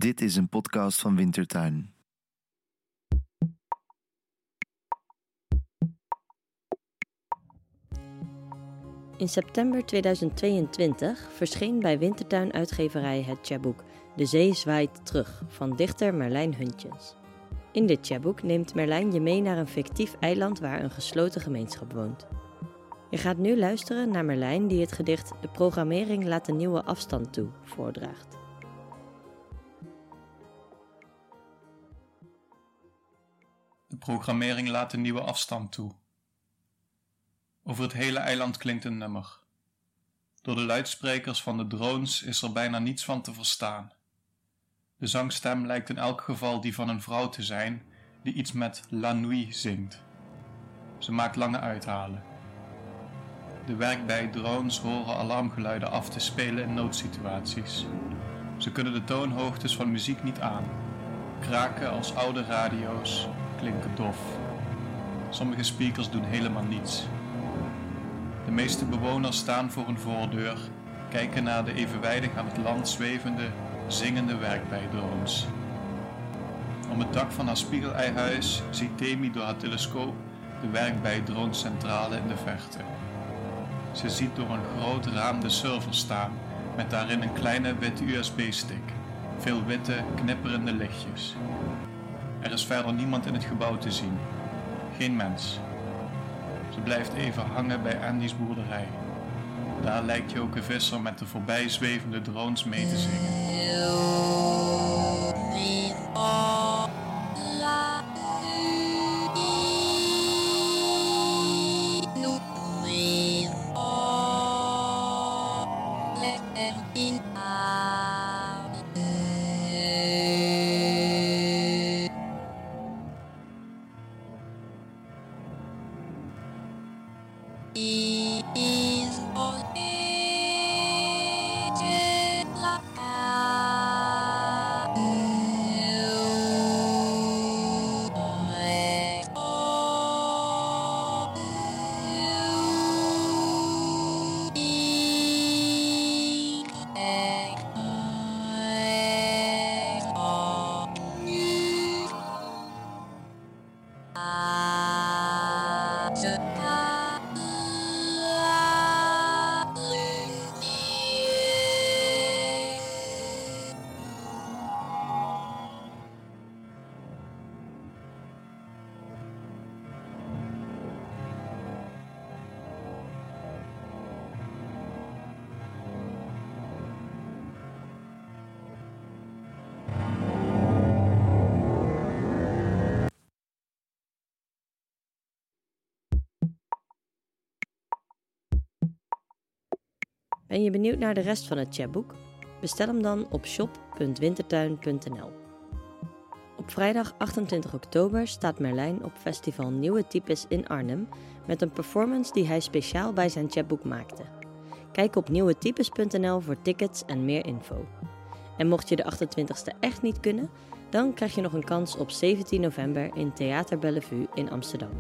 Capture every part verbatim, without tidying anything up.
Dit is een podcast van Wintertuin. In september tweeduizend tweeëntwintig verscheen bij Wintertuin uitgeverij het tjeboek De Zee Zwaait Terug van dichter Merlijn Huntjens. In dit tjeboek neemt Merlijn je mee naar een fictief eiland waar een gesloten gemeenschap woont. Je gaat nu luisteren naar Merlijn die het gedicht De Programmering laat een nieuwe afstand toe voordraagt. De programmering laat een nieuwe afstand toe. Over het hele eiland klinkt een nummer. Door de luidsprekers van de drones is er bijna niets van te verstaan. De zangstem lijkt in elk geval die van een vrouw te zijn die iets met La Nuit zingt. Ze maakt lange uithalen. De werkbij-drones horen alarmgeluiden af te spelen in noodsituaties. Ze kunnen de toonhoogtes van muziek niet aan. Kraken als oude radio's klinken dof. Sommige speakers doen helemaal niets. De meeste bewoners staan voor een voordeur, kijken naar de evenwijdig aan het land zwevende, zingende werkbijdrones. Om het dak van haar spiegeleihuis ziet Temi door haar telescoop de werkbijdronecentrale in de verte. Ze ziet door een groot raam de server staan, met daarin een kleine witte U S B-stick, veel witte, knipperende lichtjes. Er is verder niemand in het gebouw te zien. Geen mens. Ze blijft even hangen bij Andy's boerderij. Daar lijkt Joke Visser met de voorbij zwevende drones mee te zingen. Ben je benieuwd naar de rest van het tjeboek? Bestel hem dan op shop punt wintertuin punt n l. Op vrijdag achtentwintig oktober staat Merlijn op festival Nieuwe Types in Arnhem met een performance die hij speciaal bij zijn tjeboek maakte. Kijk op nieuwe types punt n l voor tickets en meer info. En mocht je de achtentwintigste echt niet kunnen, dan krijg je nog een kans op zeventien november in Theater Bellevue in Amsterdam.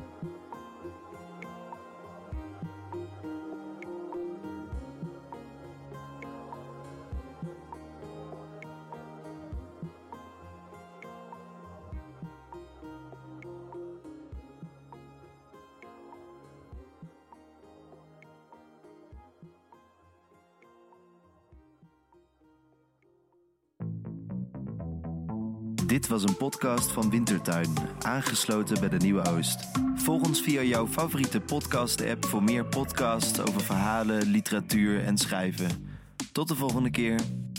Dit was een podcast van Wintertuin, aangesloten bij de Nieuwe Oost. Volg ons via jouw favoriete podcast-app voor meer podcasts over verhalen, literatuur en schrijven. Tot de volgende keer.